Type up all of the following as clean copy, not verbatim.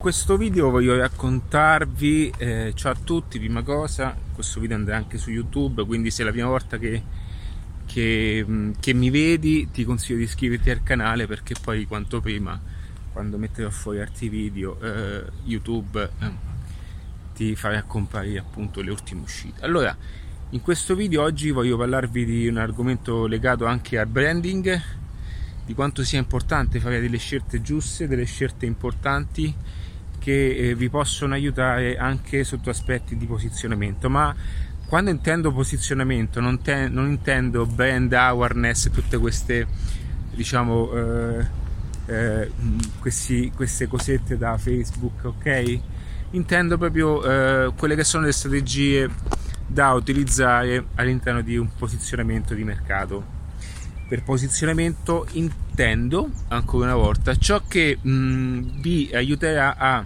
questo video voglio raccontarvi, ciao a tutti, prima cosa, questo video andrà anche su YouTube, quindi se è la prima volta che mi vedi ti consiglio di iscriverti al canale, perché poi quanto prima, quando metterò fuori altri video, YouTube ti farà comparire appunto le ultime uscite. Allora, in questo video oggi voglio parlarvi di un argomento legato anche al branding, di quanto sia importante fare delle scelte giuste, delle scelte importanti che vi possono aiutare anche sotto aspetti di posizionamento. Ma quando intendo posizionamento non intendo brand awareness, tutte queste, diciamo, queste cosette da Facebook, ok? Intendo proprio quelle che sono le strategie da utilizzare all'interno di un posizionamento di mercato. Per posizionamento intendo, ancora una volta, ciò che vi aiuterà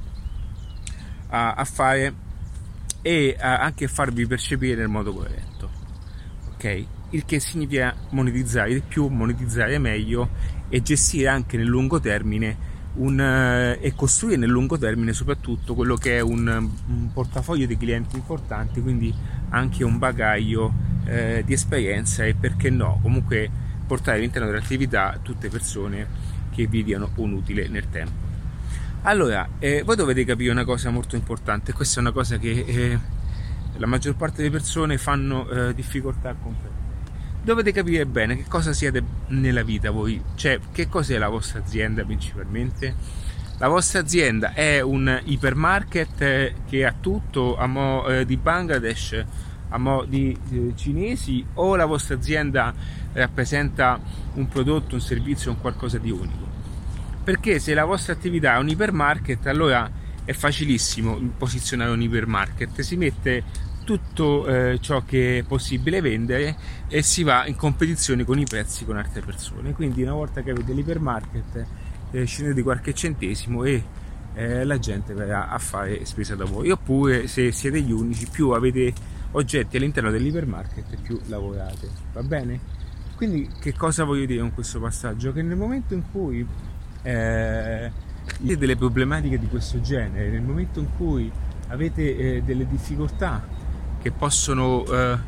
a fare e anche a farvi percepire nel modo corretto, ok? Il che significa monetizzare di più, monetizzare meglio e gestire anche nel lungo termine e costruire nel lungo termine soprattutto quello che è un portafoglio di clienti importanti, quindi anche un bagaglio di esperienza e, perché no, comunque portare all'interno dell'attività tutte persone che vi diano un utile nel tempo. Allora, voi dovete capire una cosa molto importante, questa è una cosa che la maggior parte delle persone fanno difficoltà a comprendere. Dovete capire bene che cosa siete nella vita voi, cioè che cos'è la vostra azienda principalmente. La vostra azienda è un ipermarket che ha tutto a mo' di Bangladesh, a mo' di cinesi, o la vostra azienda rappresenta un prodotto, un servizio, un qualcosa di unico? Perché se la vostra attività è un ipermarket, allora è facilissimo posizionare un ipermarket, si mette tutto ciò che è possibile vendere e si va in competizione con i prezzi con altre persone. Quindi una volta che avete l'ipermarket scendete di qualche centesimo e la gente verrà a fare spesa da voi. Oppure, se siete gli unici, più avete oggetti all'interno dell'ipermarket più lavorate, va bene? Quindi che cosa voglio dire con questo passaggio? Che nel momento in cui avete delle problematiche di questo genere, nel momento in cui avete delle difficoltà che possono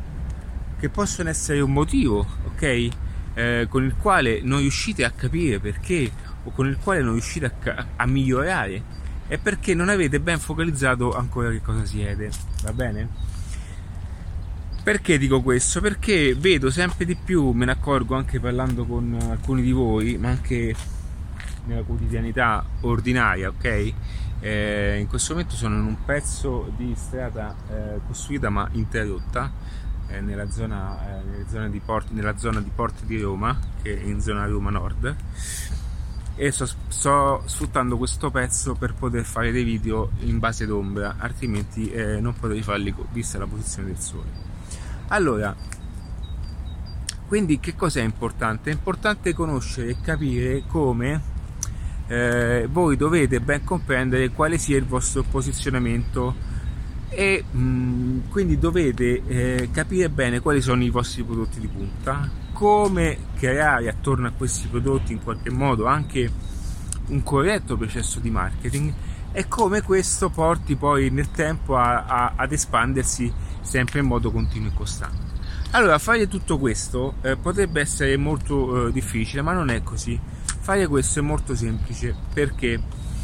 essere un motivo, ok? Con il quale non riuscite a capire perché, o con il quale non riuscite a migliorare, è perché non avete ben focalizzato ancora che cosa siete, va bene? Perché dico questo? Perché vedo sempre di più, me ne accorgo anche parlando con alcuni di voi, ma anche nella quotidianità ordinaria, ok? In questo momento sono in un pezzo di strada costruita ma interrotta nella zona di Porta di Roma, che è in zona Roma Nord, e sto sfruttando questo pezzo per poter fare dei video in base d'ombra, altrimenti non potrei farli vista la posizione del sole. Allora, quindi che cosa è importante? È importante conoscere e capire come voi dovete ben comprendere quale sia il vostro posizionamento e quindi dovete capire bene quali sono i vostri prodotti di punta, come creare attorno a questi prodotti in qualche modo anche un corretto processo di marketing e come questo porti poi nel tempo ad espandersi sempre in modo continuo e costante. Allora, fare tutto questo potrebbe essere molto difficile, ma non è così. Fare questo è molto semplice. Perché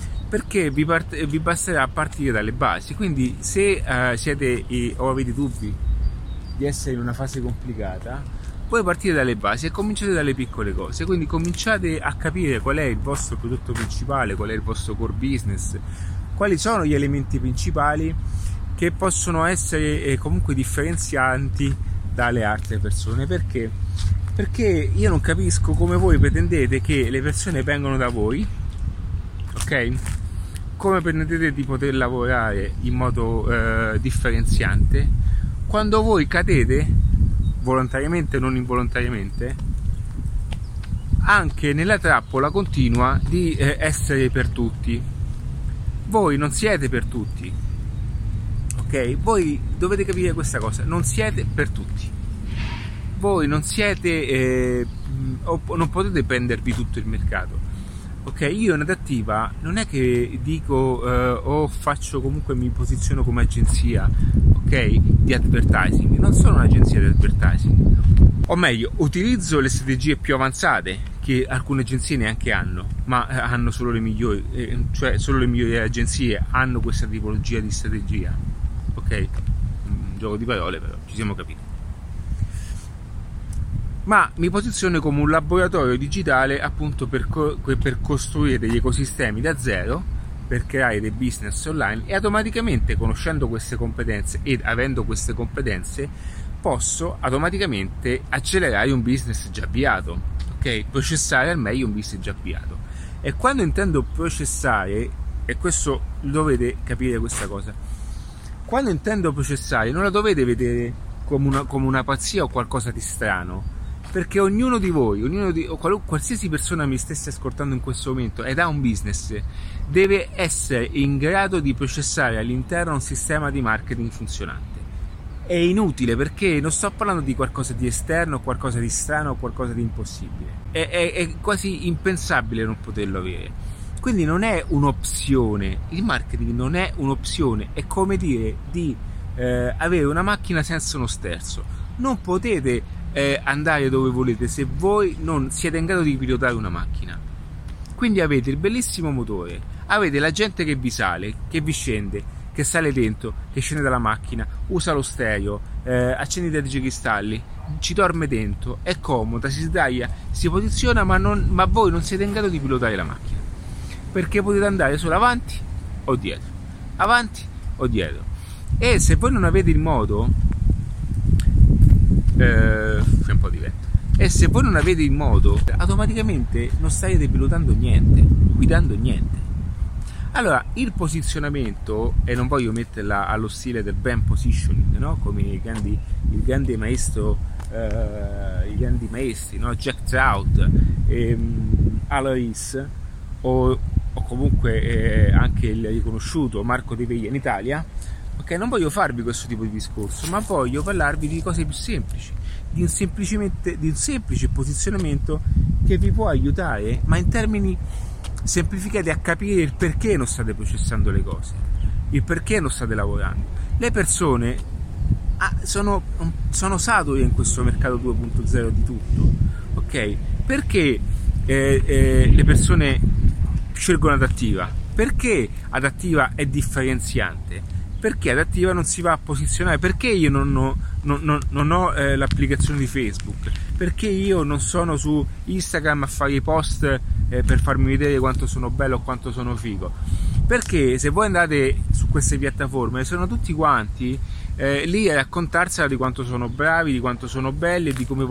vi basterà partire dalle basi. Quindi se siete o avete dubbi di essere in una fase complicata, poi partite dalle basi e cominciate dalle piccole cose. Quindi cominciate a capire qual è il vostro prodotto principale, qual è il vostro core business, quali sono gli elementi principali che possono essere comunque differenzianti dalle altre persone. Perché io non capisco come voi pretendete che le persone vengano da voi, ok? Come pretendete di poter lavorare in modo differenziante quando voi cadete, volontariamente o non involontariamente, anche nella trappola continua di essere per tutti. Voi non siete per tutti, ok? Voi dovete capire questa cosa, non siete per tutti. Voi non siete o non potete prendervi tutto il mercato. Ok, io in adattiva non è che dico o faccio, comunque mi posiziono come agenzia, ok, di advertising. Non sono un'agenzia di advertising, o meglio, utilizzo le strategie più avanzate che alcune agenzie neanche hanno, ma hanno solo le migliori, cioè solo le migliori agenzie hanno questa tipologia di strategia. Ok, un gioco di parole, però ci siamo capiti. Ma mi posiziono come un laboratorio digitale appunto per costruire degli ecosistemi da zero, per creare dei business online, e automaticamente, conoscendo queste competenze ed avendo queste competenze, posso automaticamente accelerare un business già avviato, ok? Processare al meglio un business già avviato. E quando intendo processare, e questo dovete capire questa cosa, quando intendo processare non la dovete vedere come una pazzia o qualcosa di strano, perché ognuno di voi, qualsiasi persona mi stesse ascoltando in questo momento ed ha un business, deve essere in grado di processare all'interno un sistema di marketing funzionante. È inutile, perché non sto parlando di qualcosa di esterno, qualcosa di strano, qualcosa di impossibile. È quasi impensabile non poterlo avere. Quindi non è un'opzione, il marketing non è un'opzione, è come dire di avere una macchina senza uno sterzo. Non potete andare dove volete se voi non siete in grado di pilotare una macchina. Quindi avete il bellissimo motore, avete la gente che vi sale, che vi scende, che sale dentro, che scende dalla macchina, usa lo stereo, accende i tergicristalli, ci dorme dentro, è comoda, si sdraia, si posiziona, ma voi non siete in grado di pilotare la macchina, perché potete andare solo avanti o dietro, avanti o dietro. E se voi non avete il modo, c'è un po' di vento, e se voi non avete il modo, automaticamente non starete pilotando niente, guidando niente. Allora, il posizionamento, e non voglio metterla allo stile del brand positioning, no? Come i grandi maestri, no? Jack Trout, Alois, o comunque anche il riconosciuto Marco De Veglia in Italia. Ok, non voglio farvi questo tipo di discorso, ma voglio parlarvi di cose più semplici, di un semplice posizionamento che vi può aiutare, ma in termini semplificati, a capire il perché non state processando le cose, il perché non state lavorando. Le persone sono sature in questo mercato 2.0 di tutto, ok? Perché le persone scelgono adattiva? Perché adattiva è differenziante? Perché adattiva non si va a posizionare? Perché io non ho l'applicazione di Facebook? Perché io non sono su Instagram a fare i post per farmi vedere quanto sono bello o quanto sono figo? Perché se voi andate su queste piattaforme sono tutti quanti lì a raccontarsela di quanto sono bravi, di quanto sono belli e di come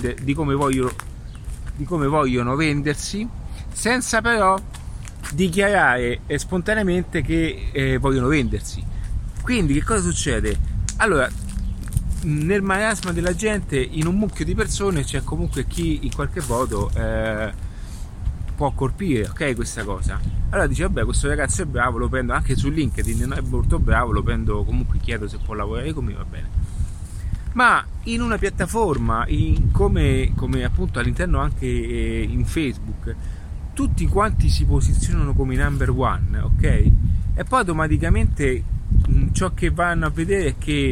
vogliono vendersi, senza però dichiarare spontaneamente che vogliono vendersi. Quindi che cosa succede? Allora, nel marasma della gente, in un mucchio di persone, c'è comunque chi in qualche modo può colpire, ok, questa cosa. Allora dice, vabbè, questo ragazzo è bravo, lo prendo anche su LinkedIn, è molto bravo, lo prendo, comunque chiedo se può lavorare con me, va bene. Ma in una piattaforma, come appunto all'interno anche in Facebook, tutti quanti si posizionano come number one, ok? E poi automaticamente ciò che vanno a vedere è che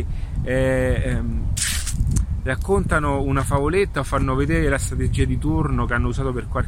raccontano una favoletta o fanno vedere la strategia di turno che hanno usato per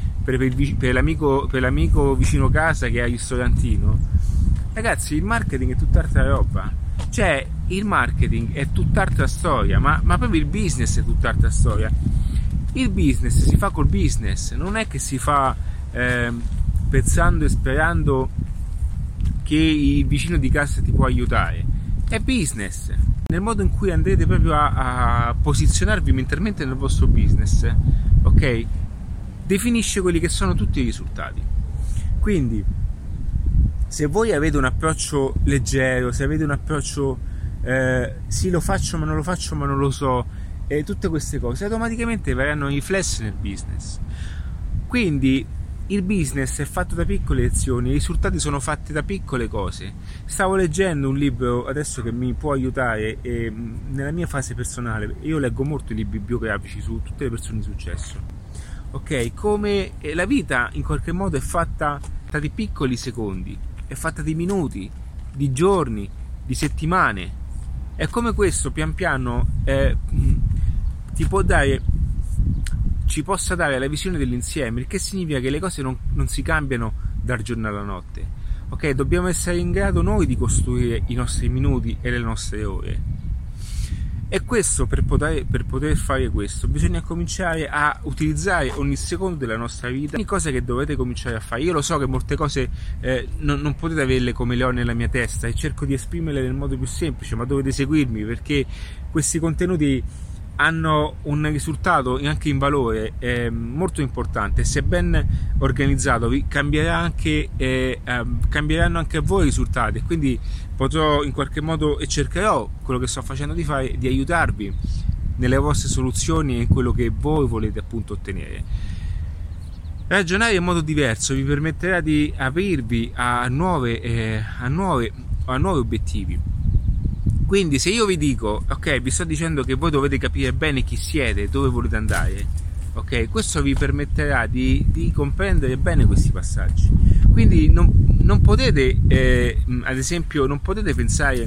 l'amico vicino casa che ha il ristorantino. Ragazzi, il marketing è tutt'altra roba, cioè il marketing è tutt'altra storia, ma proprio il business è tutt'altra storia. Il business si fa col business, non è che si fa pensando e sperando che il vicino di casa ti può aiutare. È business. Nel modo in cui andrete proprio a posizionarvi mentalmente nel vostro business, ok, definisce quelli che sono tutti i risultati. Quindi se voi avete un approccio leggero, se avete un approccio sì, lo faccio ma non lo faccio ma non lo so, e tutte queste cose automaticamente verranno riflesse nel business. Quindi il business è fatto da piccole azioni, i risultati sono fatti da piccole cose. Stavo leggendo un libro adesso che mi può aiutare nella mia fase personale. Io leggo molto i libri biografici su tutte le persone di successo, ok? Come la vita in qualche modo è fatta di piccoli secondi, è fatta di minuti, di giorni, di settimane. È come questo pian piano ti può dare, ci possa dare la visione dell'insieme, il che significa che le cose non si cambiano dal giorno alla notte. Ok, dobbiamo essere in grado noi di costruire i nostri minuti e le nostre ore. E questo, per poter fare questo, bisogna cominciare a utilizzare ogni secondo della nostra vita. Ogni cosa che dovete cominciare a fare. Io lo so che molte cose non potete averle come le ho nella mia testa e cerco di esprimerle nel modo più semplice, ma dovete seguirmi, perché questi contenuti hanno un risultato anche in valore molto importante. Se ben organizzato cambieranno anche a voi i risultati, e quindi potrò in qualche modo, e cercherò, quello che sto facendo di fare, di aiutarvi nelle vostre soluzioni e in quello che voi volete appunto ottenere. Ragionare in modo diverso vi permetterà di aprirvi a nuovi obiettivi. Quindi se io vi dico, ok, vi sto dicendo che voi dovete capire bene chi siete, dove volete andare, ok, questo vi permetterà di comprendere bene questi passaggi. Quindi non potete, ad esempio, non potete pensare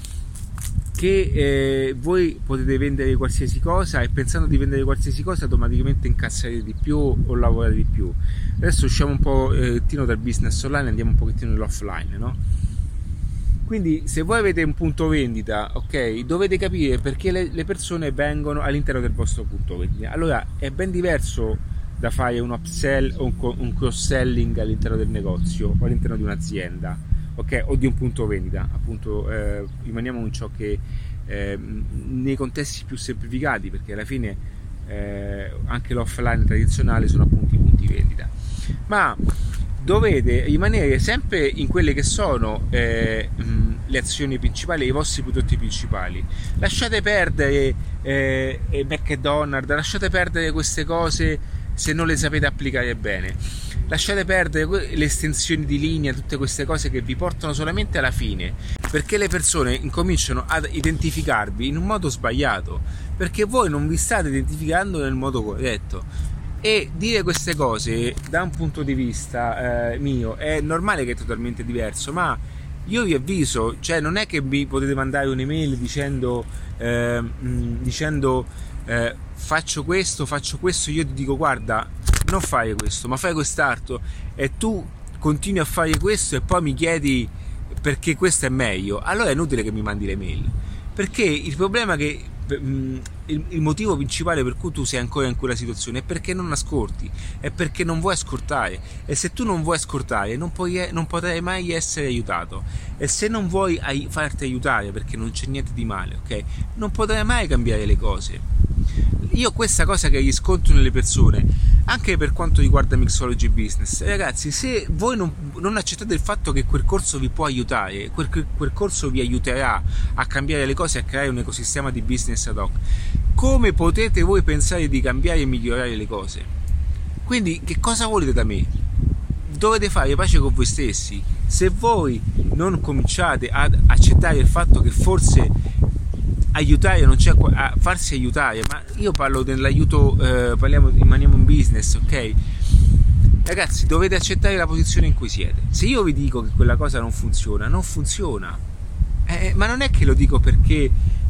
che voi potete vendere qualsiasi cosa e pensando di vendere qualsiasi cosa automaticamente incassare di più o lavorare di più. Adesso usciamo un pochettino dal business online e andiamo un pochettino nell'offline, no? Quindi se voi avete un punto vendita, ok, dovete capire perché le persone vengono all'interno del vostro punto vendita. Allora è ben diverso da fare un upsell o un cross selling all'interno del negozio o all'interno di un'azienda, ok, o di un punto vendita. Appunto rimaniamo in ciò che nei contesti più semplificati, perché alla fine anche l'offline tradizionale sono appunto i punti vendita, ma dovete rimanere sempre in quelle che sono le azioni principali, i vostri prodotti principali. Lasciate perdere McDonald's, lasciate perdere queste cose se non le sapete applicare bene, lasciate perdere le estensioni di linea, tutte queste cose che vi portano solamente alla fine, perché le persone incominciano ad identificarvi in un modo sbagliato, perché voi non vi state identificando nel modo corretto. E dire queste cose da un punto di vista mio è normale che è totalmente diverso, ma io vi avviso, cioè non è che mi potete mandare un'email dicendo faccio questo, io ti dico guarda, non fare questo, ma fai quest'altro, e tu continui a fare questo e poi mi chiedi perché questo è meglio. Allora è inutile che mi mandi le mail, perché il problema è che il motivo principale per cui tu sei ancora in quella situazione è perché non ascolti, è perché non vuoi ascoltare, e se tu non vuoi ascoltare non potrai mai essere aiutato, e se non vuoi farti aiutare, perché non c'è niente di male, ok, non potrai mai cambiare le cose. Io questa cosa che riscontro nelle persone, anche per quanto riguarda Mixology Business, ragazzi, se voi non accettate il fatto che quel corso vi può aiutare, quel corso vi aiuterà a cambiare le cose e a creare un ecosistema di business ad hoc, come potete voi pensare di cambiare e migliorare le cose? Quindi che cosa volete da me? Dovete fare pace con voi stessi. Se voi non cominciate ad accettare il fatto che forse aiutare non c'è, a farsi aiutare, ma io parlo dell'aiuto, rimaniamo in business, ok? Ragazzi, dovete accettare la posizione in cui siete. Se io vi dico che quella cosa non funziona, non funziona, ma non è che lo dico perché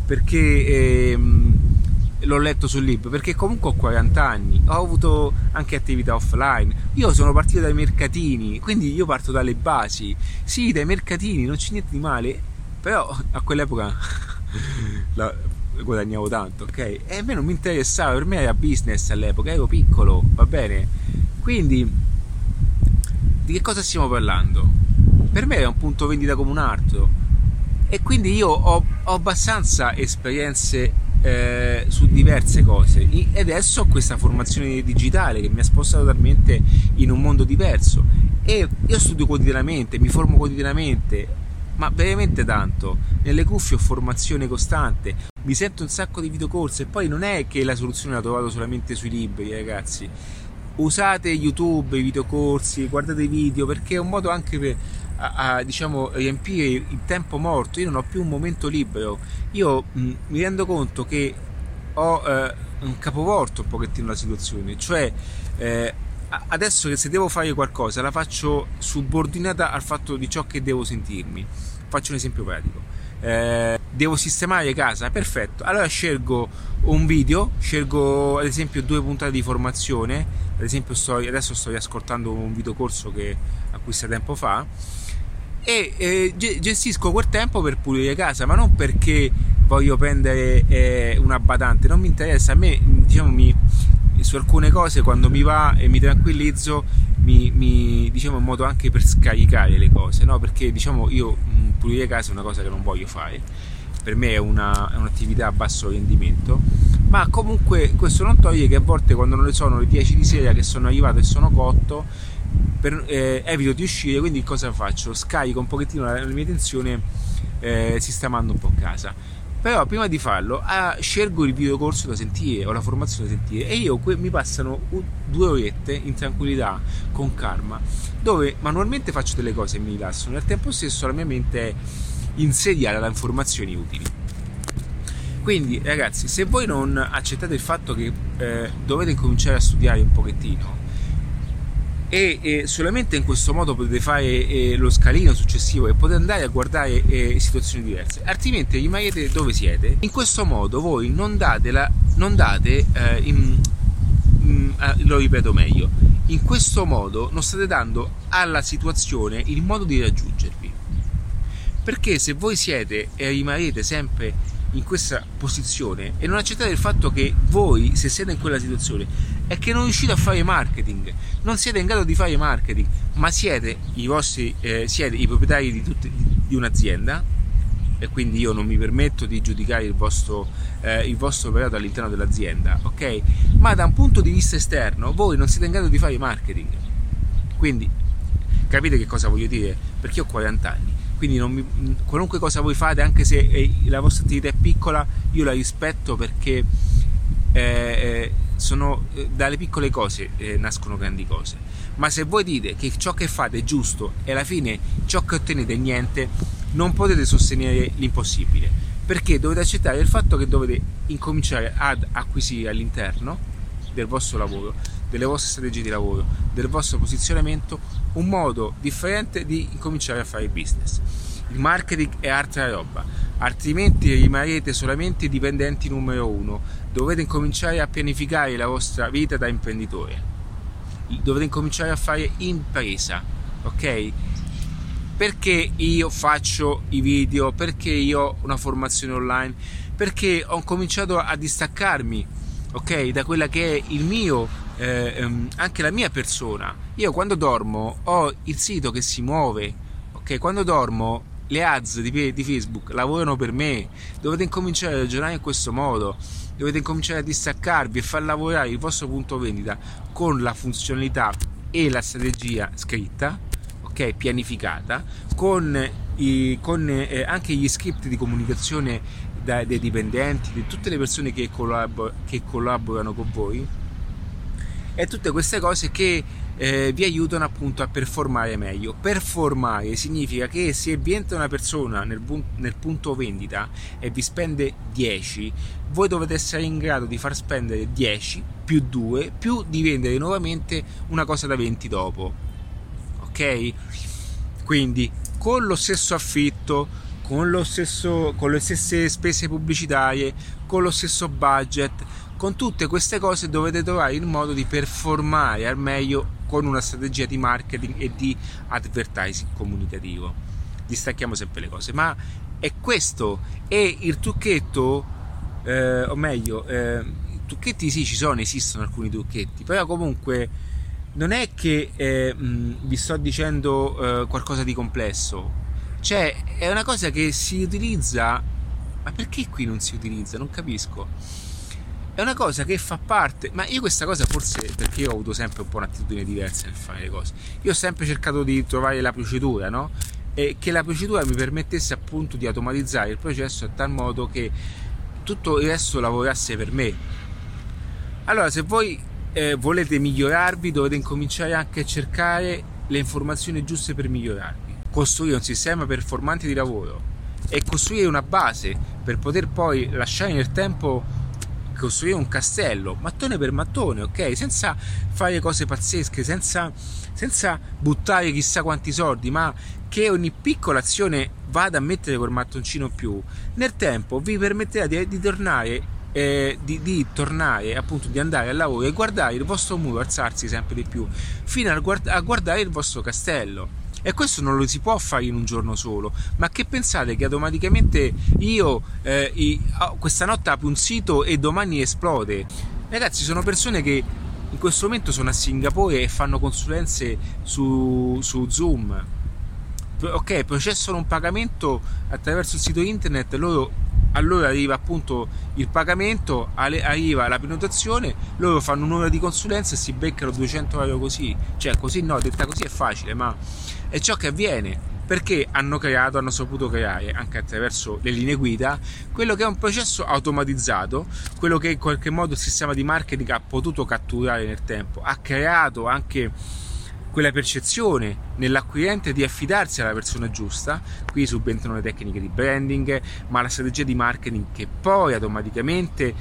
l'ho letto sul libro, perché comunque ho 40 anni, ho avuto anche attività offline, io sono partito dai mercatini, quindi io parto dalle basi, sì, dai mercatini, non c'è niente di male, però a quell'epoca guadagnavo tanto, ok? E a me non mi interessava, per me era business all'epoca, ero piccolo, va bene? Quindi di che cosa stiamo parlando? Per me era un punto vendita come un altro, e quindi io ho abbastanza esperienze su diverse cose, e adesso ho questa formazione digitale che mi ha spostato totalmente in un mondo diverso, e io studio quotidianamente, mi formo quotidianamente, ma veramente tanto, nelle cuffie ho formazione costante, mi sento un sacco di videocorsi, e poi non è che la soluzione la trovato solamente sui libri, ragazzi. Usate YouTube, i videocorsi, guardate i video, perché è un modo anche per diciamo riempire il tempo morto. Io non ho più un momento libero, io mi rendo conto che ho un capovolto un pochettino la situazione, cioè Adesso che se devo fare qualcosa la faccio subordinata al fatto di ciò che devo sentirmi. Faccio un esempio pratico. Devo sistemare casa, perfetto, allora scelgo un video, scelgo ad esempio 2 puntate di formazione, ad esempio adesso sto riascoltando un videocorso che acquista tempo fa, e gestisco quel tempo per pulire casa, ma non perché voglio prendere una badante, non mi interessa. A me, diciamo, su alcune cose quando mi va e mi tranquillizzo, diciamo, in modo anche per scaricare le cose, no? Perché diciamo io pulire casa è una cosa che non voglio fare, per me è un'attività a basso rendimento, ma comunque questo non toglie che a volte, quando non le sono le 10 di sera che sono arrivato e sono cotto, evito di uscire, quindi cosa faccio? Scarico un pochettino la mia tensione sistemando un po' casa. Però prima di farlo scelgo il videocorso da sentire o la formazione da sentire, e io mi passano 2 orette in tranquillità, con calma, dove manualmente faccio delle cose e mi rilasso, nel tempo stesso la mia mente è insediata da informazioni utili. Quindi ragazzi, se voi non accettate il fatto che dovete cominciare a studiare un pochettino, e solamente in questo modo potete fare lo scalino successivo e potete andare a guardare situazioni diverse, altrimenti rimanete dove siete. In questo modo voi lo ripeto meglio, in questo modo non state dando alla situazione il modo di raggiungervi, perché se voi siete e rimarrete sempre in questa posizione e non accettate il fatto che voi, se siete in quella situazione, è che non riuscite a fare marketing, non siete in grado di fare marketing, ma siete i proprietari di un'azienda, e quindi io non mi permetto di giudicare il vostro operato all'interno dell'azienda, ok? Ma da un punto di vista esterno voi non siete in grado di fare marketing. Quindi capite che cosa voglio dire? Perché ho 40 anni. Quindi qualunque cosa voi fate, anche se la vostra attività è piccola, io la rispetto, perché dalle piccole cose nascono grandi cose. Ma se voi dite che ciò che fate è giusto e alla fine ciò che ottenete è niente, non potete sostenere l'impossibile, perché dovete accettare il fatto che dovete incominciare ad acquisire all'interno del vostro lavoro, delle vostre strategie di lavoro, del vostro posizionamento, un modo differente di incominciare a fare business. Il marketing è altra roba, altrimenti rimarrete solamente dipendenti numero 1. Dovete incominciare a pianificare la vostra vita da imprenditore, dovete incominciare a fare impresa, ok? Perché io faccio i video, perché io ho una formazione online, perché ho cominciato a distaccarmi, ok, da quella che è il mio, anche la mia persona. Io quando dormo ho il sito che si muove, ok? Quando dormo le ads di Facebook lavorano per me. Dovete incominciare a ragionare in questo modo, dovete incominciare a distaccarvi e far lavorare il vostro punto vendita con la funzionalità e la strategia scritta, ok, pianificata, con anche gli script di comunicazione dei dipendenti, di tutte le persone che collaborano con voi, e tutte queste cose che vi aiutano appunto a performare meglio. Performare significa che se vi entra una persona nel punto vendita e vi spende 10, voi dovete essere in grado di far spendere 10 più 2 più di vendere nuovamente una cosa da 20 dopo, ok? Quindi con lo stesso affitto, con le stesse spese pubblicitarie, con lo stesso budget, con tutte queste cose dovete trovare il modo di performare al meglio con una strategia di marketing e di advertising comunicativo. Distacchiamo sempre le cose, ma è questo. E il trucchetto, o meglio, trucchetti sì, esistono alcuni trucchetti, però comunque non è che vi sto dicendo qualcosa di complesso. Cioè, è una cosa che si utilizza, ma perché qui non si utilizza? Non capisco. È una cosa che fa parte, ma io questa cosa forse perché io ho avuto sempre un po' un'attitudine diversa nel fare le cose. Io ho sempre cercato di trovare la procedura, no? E che la procedura mi permettesse appunto di automatizzare il processo a tal modo che tutto il resto lavorasse per me. Allora, se voi volete migliorarvi, dovete incominciare anche a cercare le informazioni giuste per migliorarvi, costruire un sistema performante di lavoro e costruire una base per poter poi lasciare nel tempo costruire un castello, mattone per mattone, ok? Senza fare cose pazzesche, senza buttare chissà quanti soldi, ma che ogni piccola azione vada a mettere quel mattoncino più, nel tempo vi permetterà di tornare, appunto, di andare al lavoro e guardare il vostro muro alzarsi sempre di più, fino a guardare il vostro castello. E questo non lo si può fare in un giorno solo. Ma che pensate che automaticamente questa notte apro un sito e domani esplode? Ragazzi, sono persone che in questo momento sono a Singapore e fanno consulenze su Zoom. Ok, processano un pagamento attraverso il sito internet, allora arriva appunto il pagamento, arriva la prenotazione, loro fanno un'ora di consulenza e si beccano 200 euro così. Cioè, così no, detta così è facile, ma è ciò che avviene, perché hanno saputo creare, anche attraverso le linee guida, quello che è un processo automatizzato, quello che in qualche modo il sistema di marketing ha potuto catturare nel tempo, ha creato anche quella percezione nell'acquirente di affidarsi alla persona giusta. Qui subentrano le tecniche di branding, ma la strategia di marketing che poi automaticamente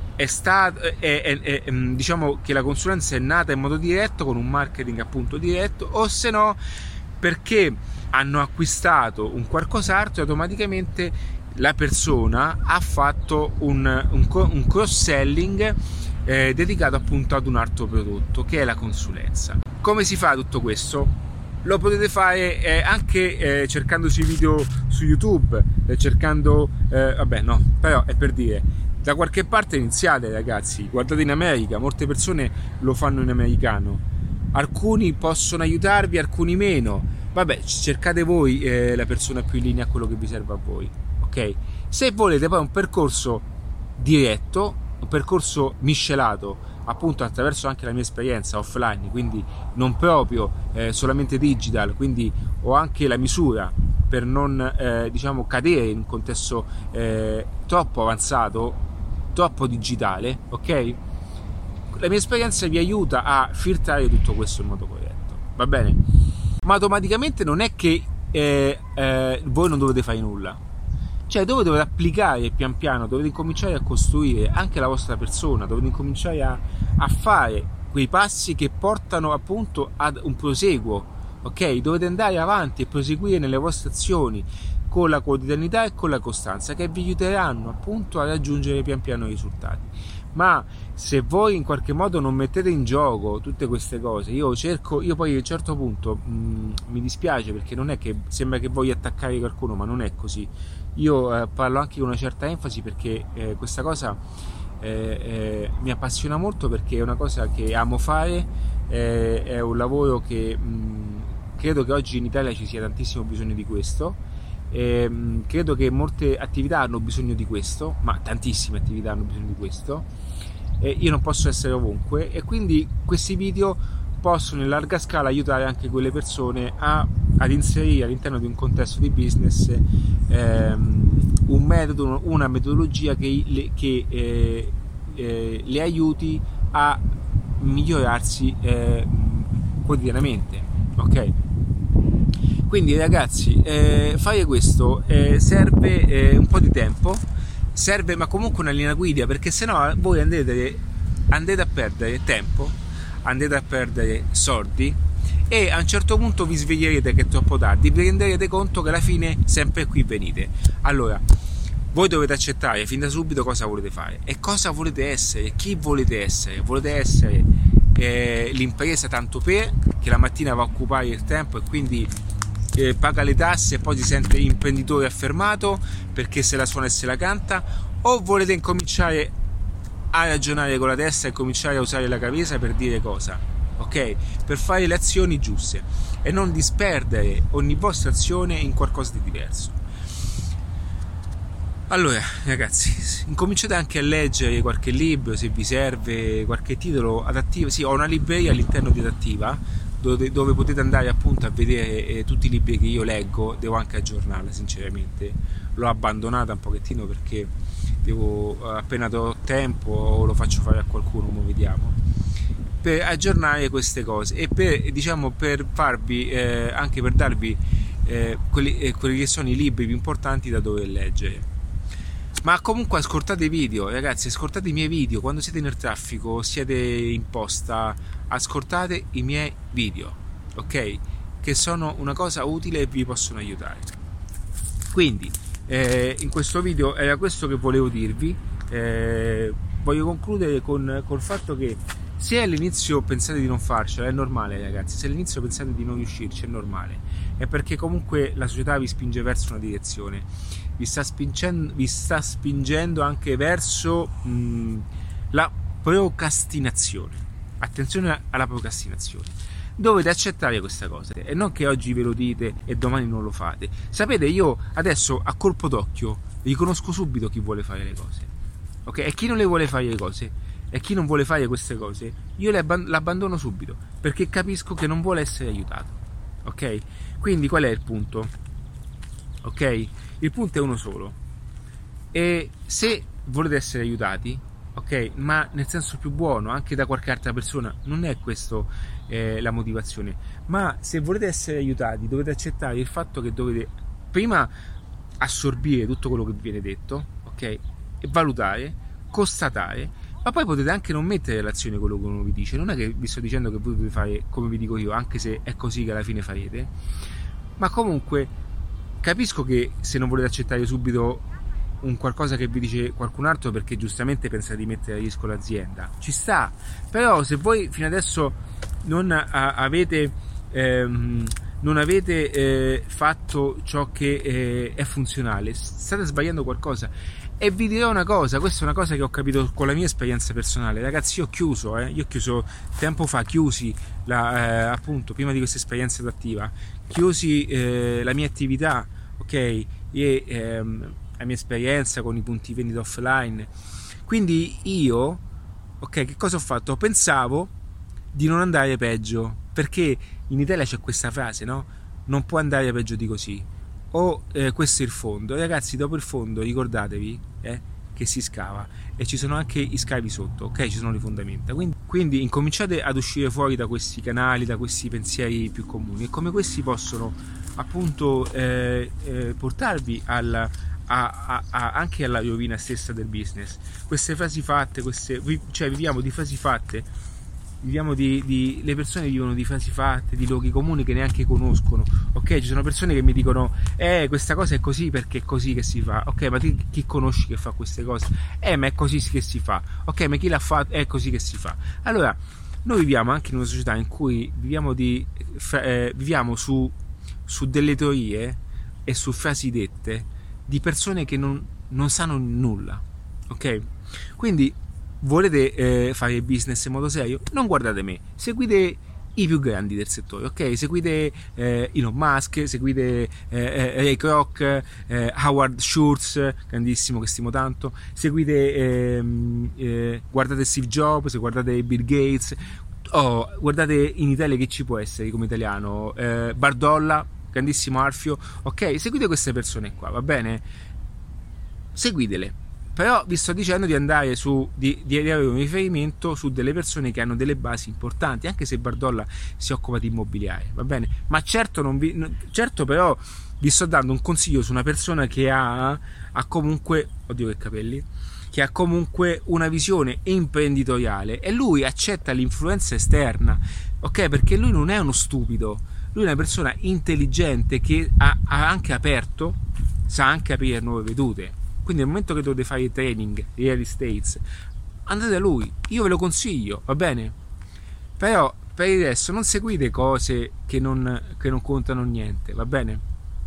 diciamo che la consulenza è nata in modo diretto, con un marketing appunto diretto, o se no perché hanno acquistato un qualcos'altro e automaticamente la persona ha fatto un cross-selling dedicato appunto ad un altro prodotto, che è la consulenza. Come si fa tutto questo? Lo potete fare anche cercando sui video su YouTube, però è per dire, da qualche parte iniziate, ragazzi. Guardate in America, molte persone lo fanno in americano, alcuni possono aiutarvi, alcuni meno. Vabbè, cercate voi la persona più in linea a quello che vi serve a voi, ok? Se volete poi un percorso diretto, un percorso miscelato, appunto attraverso anche la mia esperienza offline, quindi non proprio solamente digital, quindi ho anche la misura per non diciamo cadere in un contesto troppo avanzato, troppo digitale, ok? La mia esperienza vi aiuta a filtrare tutto questo in modo corretto, va bene? Ma automaticamente non è che voi non dovete fare nulla. Cioè, dovete applicare pian piano, dovete incominciare a costruire anche la vostra persona, dovete incominciare a fare quei passi che portano appunto ad un proseguo, ok? Dovete andare avanti e proseguire nelle vostre azioni con la quotidianità e con la costanza, che vi aiuteranno appunto a raggiungere pian piano i risultati. Ma se voi in qualche modo non mettete in gioco tutte queste cose, io poi a un certo punto mi dispiace, perché non è che sembra che voglio attaccare qualcuno, ma non è così. Io parlo anche con una certa enfasi, perché questa cosa mi appassiona molto, perché è una cosa che amo fare, è un lavoro che credo che oggi in Italia ci sia tantissimo bisogno di questo. Credo che molte attività hanno bisogno di questo, ma tantissime attività hanno bisogno di questo. Io non posso essere ovunque, e quindi questi video possono in larga scala aiutare anche quelle persone ad inserire all'interno di un contesto di business un metodo, una metodologia che le aiuti a migliorarsi quotidianamente, ok? Quindi ragazzi, fare questo serve un po' di tempo, serve ma comunque una linea guida, perché sennò voi andate a perdere tempo, andate a perdere soldi, e a un certo punto vi sveglierete che è troppo tardi, vi renderete conto che alla fine sempre qui venite. Allora, voi dovete accettare fin da subito cosa volete fare e cosa volete essere, chi volete essere. Volete essere l'impresa tanto per, che la mattina va a occupare il tempo e quindi paga le tasse e poi si sente imprenditore affermato perché se la suona e se la canta, o volete incominciare a ragionare con la testa e cominciare a usare la capesa per dire cosa, ok? Per fare le azioni giuste e non disperdere ogni vostra azione in qualcosa di diverso. Allora ragazzi, incominciate anche a leggere qualche libro se vi serve, qualche titolo. Adattiva, sì, ho una libreria all'interno di Adattiva dove potete andare appunto a vedere tutti i libri che io leggo. Devo anche aggiornarla, sinceramente l'ho abbandonata un pochettino perché appena do tempo lo faccio fare a qualcuno, ma vediamo, per aggiornare queste cose e per farvi anche per darvi quelli che sono i libri più importanti da dover leggere. Ma comunque ascoltate i video, ragazzi, ascoltate i miei video. Quando siete nel traffico, siete in posta, ascoltate i miei video, ok? Che sono una cosa utile e vi possono aiutare. Quindi in questo video era questo che volevo dirvi. Voglio concludere col fatto che se all'inizio pensate di non farcela, è normale, ragazzi. Se all'inizio pensate di non riuscirci, è normale. È perché comunque la società vi spinge verso una direzione, vi sta spingendo anche verso la procrastinazione. Attenzione alla procrastinazione. Dovete accettare questa cosa e non che oggi ve lo dite e domani non lo fate. Sapete, io adesso a colpo d'occhio riconosco subito chi vuole fare le cose, ok? E chi non le vuole fare le cose e chi non vuole fare queste cose, io l'abbandono subito, perché capisco che non vuole essere aiutato, ok? Quindi qual è il punto? Ok? Il punto è uno solo. E se volete essere aiutati, ok, ma nel senso più buono, anche da qualche altra persona, non è questo la motivazione, ma se volete essere aiutati dovete accettare il fatto che dovete prima assorbire tutto quello che vi viene detto, ok, e valutare, constatare, ma poi potete anche non mettere in relazione quello che uno vi dice. Non è che vi sto dicendo che voi dovete fare come vi dico io, anche se è così che alla fine farete, ma comunque capisco che se non volete accettare subito un qualcosa che vi dice qualcun altro perché giustamente pensate di mettere a rischio l'azienda, ci sta. Però se voi fino adesso non avete fatto ciò che è funzionale, state sbagliando qualcosa. E vi dirò una cosa, questa è una cosa che ho capito con la mia esperienza personale, ragazzi. Io ho chiuso tempo fa, appunto prima di questa esperienza attiva, chiusi la mia attività, ok, e la mia esperienza con i punti vendita offline. Quindi io, ok, che cosa ho fatto? Pensavo di non andare peggio, perché in Italia c'è questa frase, no? Non può andare peggio di così, o questo è il fondo. Ragazzi, dopo il fondo ricordatevi che si scava e ci sono anche i scavi sotto, ok? Ci sono le fondamenta. Quindi incominciate ad uscire fuori da questi canali, da questi pensieri più comuni, e come questi possono appunto portarvi anche alla rovina stessa del business. Queste frasi fatte, viviamo di frasi fatte, le persone vivono di frasi fatte, di luoghi comuni che neanche conoscono, ok? Ci sono persone che mi dicono questa cosa è così perché è così che si fa, ok? Ma chi conosci che fa queste cose? Ma è così che si fa, ok? Ma chi l'ha fatto? È così che si fa. Allora, noi viviamo anche in una società in cui viviamo su delle teorie e su frasi dette di persone che non sanno nulla, ok? Quindi volete fare business in modo serio? Non guardate me, seguite i più grandi del settore, ok? Seguite Elon Musk, seguite Ray Kroc, Howard Schultz, grandissimo, che stimo tanto, seguite guardate Steve Jobs, guardate Bill Gates, guardate in Italia che ci può essere come italiano, Bardolla, grandissimo Alfio, ok? Seguite queste persone qua, va bene? Seguitele. Però vi sto dicendo di andare di avere un riferimento su delle persone che hanno delle basi importanti, anche se Bardolla si occupa di immobiliare, va bene? Ma certo però vi sto dando un consiglio su una persona che ha comunque, oddio che capelli, che ha comunque una visione imprenditoriale, e lui accetta l'influenza esterna, ok? Perché lui non è uno stupido, lui è una persona intelligente che ha anche aperto, sa anche aprire nuove vedute. Quindi nel momento che dovete fare training, real estate, andate da lui, io ve lo consiglio, va bene? Però per il resto non seguite cose che non contano niente, va bene?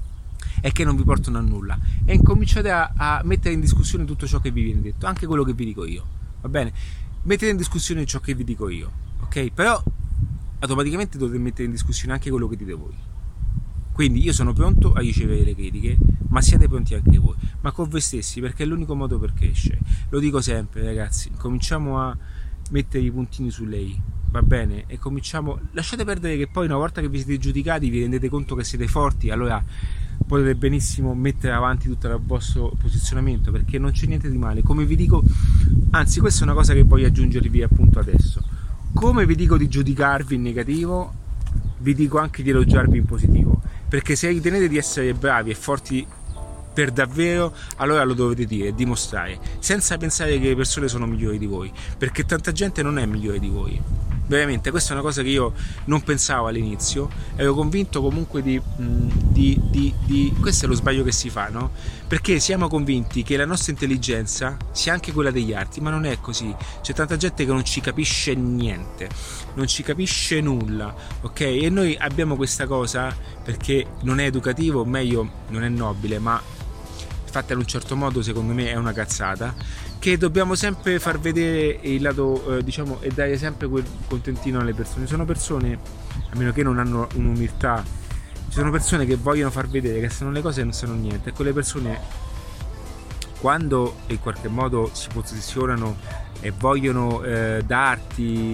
E che non vi portano a nulla, e incominciate a mettere in discussione tutto ciò che vi viene detto, anche quello che vi dico io, va bene? Mettete in discussione ciò che vi dico io, ok? Però automaticamente dovete mettere in discussione anche quello che dite voi. Quindi io sono pronto a ricevere le critiche, ma siate pronti anche voi, ma con voi stessi, perché è l'unico modo per crescere. Lo dico sempre, ragazzi, cominciamo a mettere i puntini su lei, va bene? E lasciate perdere che poi una volta che vi siete giudicati vi rendete conto che siete forti, allora potete benissimo mettere avanti tutto il vostro posizionamento, perché non c'è niente di male. Come vi dico, anzi, questa è una cosa che voglio aggiungervi appunto adesso. Come vi dico di giudicarvi in negativo, vi dico anche di elogiarvi in positivo, perché se ritenete di essere bravi e forti per davvero, allora lo dovete dire e dimostrare, senza pensare che le persone sono migliori di voi, perché tanta gente non è migliore di voi. Veramente, questa è una cosa che io non pensavo all'inizio, ero convinto comunque questo è lo sbaglio che si fa, no? Perché siamo convinti che la nostra intelligenza sia anche quella degli altri, ma non è così. C'è tanta gente che non ci capisce niente, non ci capisce nulla, ok? E noi abbiamo questa cosa perché non è educativo, o meglio, non è nobile, ma fatta in un certo modo secondo me è una cazzata, che dobbiamo sempre far vedere il lato diciamo, e dare sempre quel contentino alle persone. Sono persone, a meno che non hanno un'umiltà, ci sono persone che vogliono far vedere che sanno le cose e non sanno niente, e quelle persone, quando in qualche modo si posizionano e vogliono darti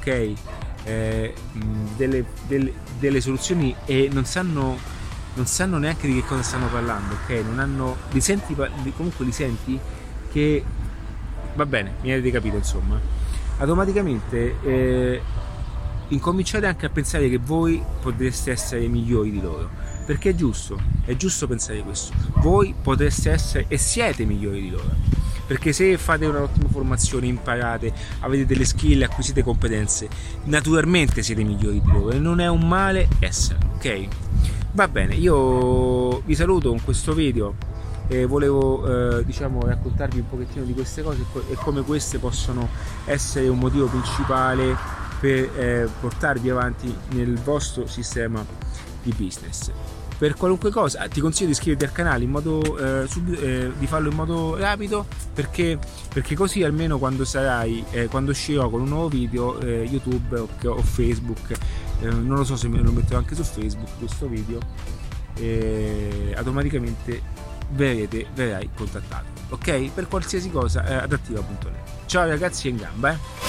delle soluzioni e non sanno neanche di che cosa stanno parlando, ok? Non hanno, comunque li senti che, va bene, mi avete capito, insomma, automaticamente incominciate anche a pensare che voi potreste essere migliori di loro, perché è giusto pensare questo. Voi potreste essere e siete migliori di loro, perché se fate un'ottima formazione, imparate, avete delle skill, acquisite competenze, naturalmente siete migliori di loro e non è un male essere, ok? Va bene, io vi saluto con questo video e volevo diciamo raccontarvi un pochettino di queste cose e come queste possono essere un motivo principale per portarvi avanti nel vostro sistema di business. Per qualunque cosa ti consiglio di iscriverti al canale in modo di farlo in modo rapido, perché così almeno quando uscirò con un nuovo video YouTube o Facebook, non lo so se me lo metterò anche su Facebook questo video, automaticamente verrai contattato, ok? Per qualsiasi cosa ad attiva.net. Ciao ragazzi, in gamba,